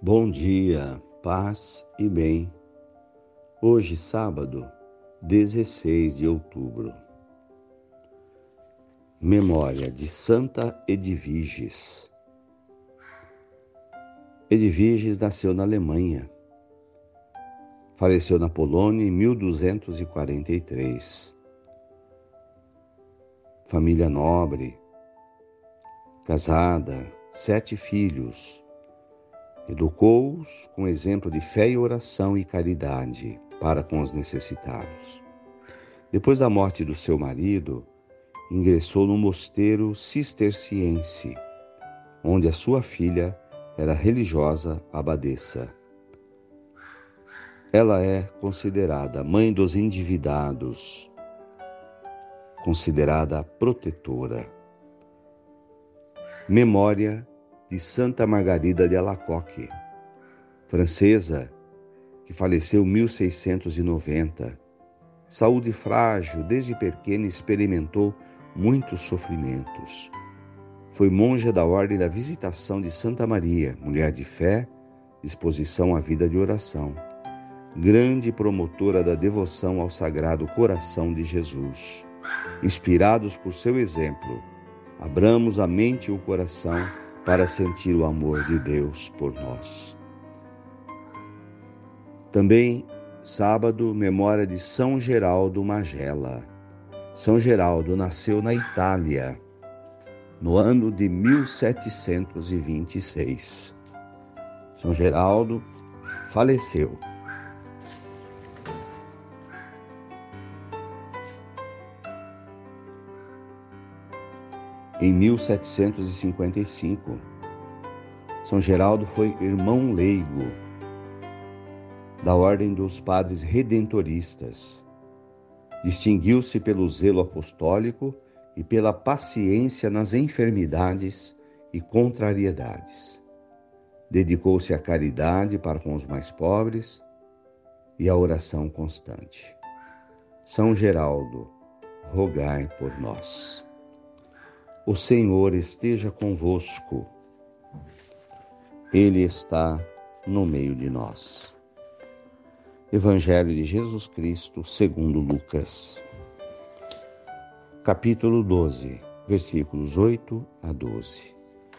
Bom dia, paz e bem. Hoje, sábado, 16 de outubro. Memória de Santa Edviges. Edviges nasceu na Alemanha. Faleceu na Polônia em 1243. Família nobre, casada, 7 filhos. Educou-os com exemplo de fé e oração e caridade para com os necessitados. Depois da morte do seu marido, ingressou no mosteiro cisterciense, onde a sua filha era religiosa abadesa. Ela é considerada mãe dos endividados, considerada protetora. Memória de Santa Margarida de Alacoque, francesa, que faleceu em 1690. Saúde frágil, desde pequena experimentou muitos sofrimentos. Foi monja da Ordem da Visitação de Santa Maria, mulher de fé, disposição à vida de oração. Grande promotora da devoção ao Sagrado Coração de Jesus. Inspirados por seu exemplo, abramos a mente e o coração para sentir o amor de Deus por nós. Também, sábado, memória de São Geraldo Magela. São Geraldo nasceu na Itália, no ano de 1726. São Geraldo faleceu em 1755. São Geraldo foi irmão leigo da Ordem dos Padres Redentoristas. Distinguiu-se pelo zelo apostólico e pela paciência nas enfermidades e contrariedades. Dedicou-se à caridade para com os mais pobres e à oração constante. São Geraldo, rogai por nós. O Senhor esteja convosco. Ele está no meio de nós. Evangelho de Jesus Cristo, segundo Lucas. Capítulo 12, versículos 8 a 12.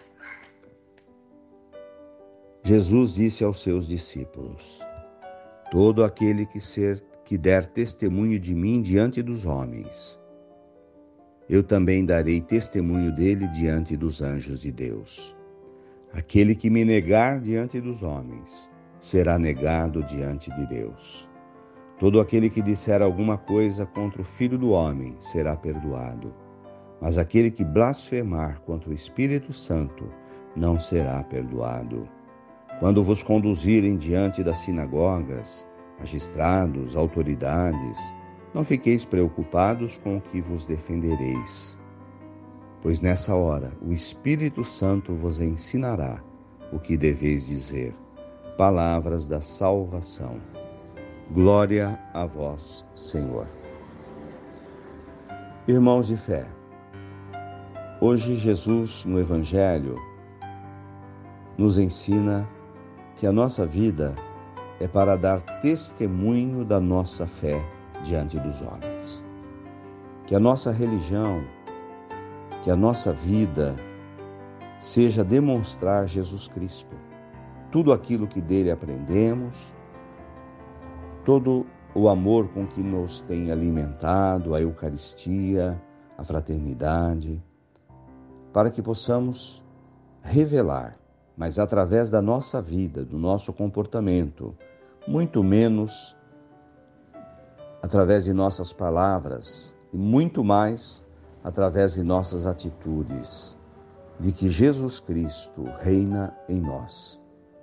Jesus disse aos seus discípulos: todo aquele que der testemunho de mim diante dos homens, eu também darei testemunho dele diante dos anjos de Deus. Aquele que me negar diante dos homens, será negado diante de Deus. Todo aquele que disser alguma coisa contra o Filho do Homem, será perdoado. Mas aquele que blasfemar contra o Espírito Santo, não será perdoado. Quando vos conduzirem diante das sinagogas, magistrados, autoridades, não fiqueis preocupados com o que vos defendereis, pois nessa hora o Espírito Santo vos ensinará o que deveis dizer. Palavras da salvação. Glória a vós, Senhor. Irmãos de fé, hoje Jesus, no Evangelho, nos ensina que a nossa vida é para dar testemunho da nossa fé diante dos homens. Que a nossa religião, que a nossa vida seja demonstrar Jesus Cristo. Tudo aquilo que dele aprendemos, todo o amor com que nos tem alimentado, a Eucaristia, a fraternidade, para que possamos revelar, mas através da nossa vida, do nosso comportamento, muito menos através de nossas palavras e muito mais através de nossas atitudes, de que Jesus Cristo reina em nós.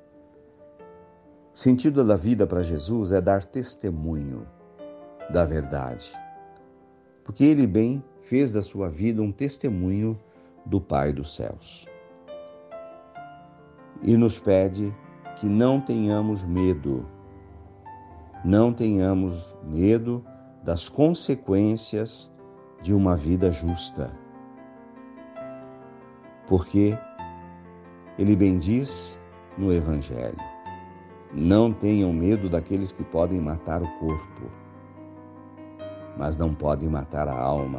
O sentido da vida para Jesus é dar testemunho da verdade, porque Ele bem fez da sua vida um testemunho do Pai dos céus. E nos pede que não tenhamos medo das consequências de uma vida justa. Porque Ele bem diz no Evangelho: Não tenham medo daqueles que podem matar o corpo, mas não podem matar a alma.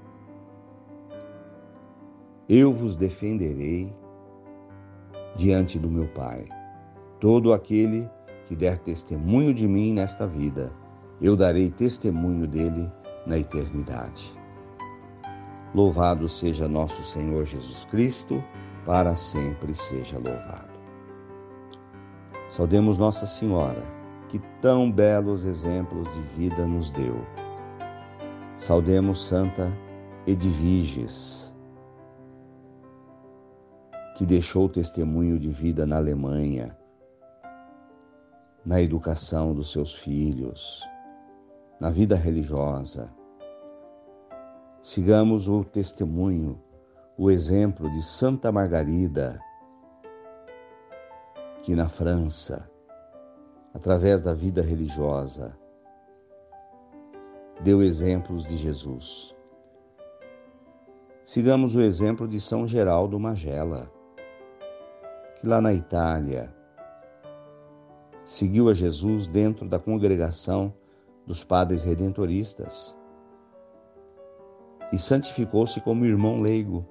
Eu vos defenderei diante do meu Pai. Todo aquele que der testemunho de mim nesta vida, eu darei testemunho dele na eternidade. Louvado seja nosso Senhor Jesus Cristo, para sempre seja louvado. Saudemos Nossa Senhora, que tão belos exemplos de vida nos deu. Saudemos Santa Edviges, que deixou testemunho de vida na Alemanha, na educação dos seus filhos, na vida religiosa. Sigamos o testemunho, o exemplo de Santa Margarida, que na França, através da vida religiosa, deu exemplos de Jesus. Sigamos o exemplo de São Geraldo Magela, que lá na Itália seguiu a Jesus dentro da congregação dos padres redentoristas e santificou-se como irmão leigo.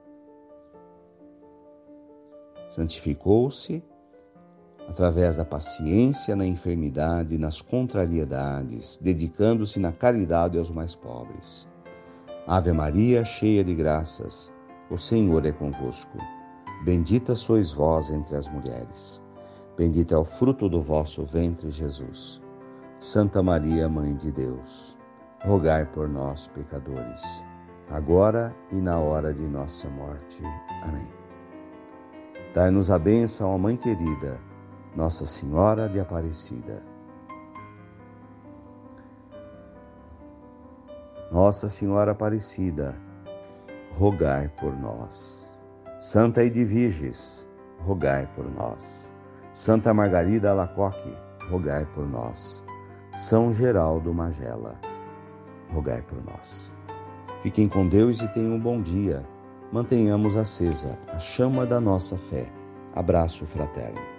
Santificou-se através da paciência na enfermidade e nas contrariedades, dedicando-se na caridade aos mais pobres. Ave Maria, cheia de graças, o Senhor é convosco. Bendita sois vós entre as mulheres. Bendito é o fruto do vosso ventre, Jesus. Santa Maria, Mãe de Deus, rogai por nós, pecadores, agora e na hora de nossa morte. Amém. Dai-nos a bênção, ó Mãe querida, Nossa Senhora de Aparecida. Nossa Senhora Aparecida, rogai por nós. Santa Edviges, rogai por nós. Santa Margarida Alacoque, rogai por nós. São Geraldo Magela, rogai por nós. Fiquem com Deus e tenham um bom dia. Mantenhamos acesa a chama da nossa fé. Abraço fraterno.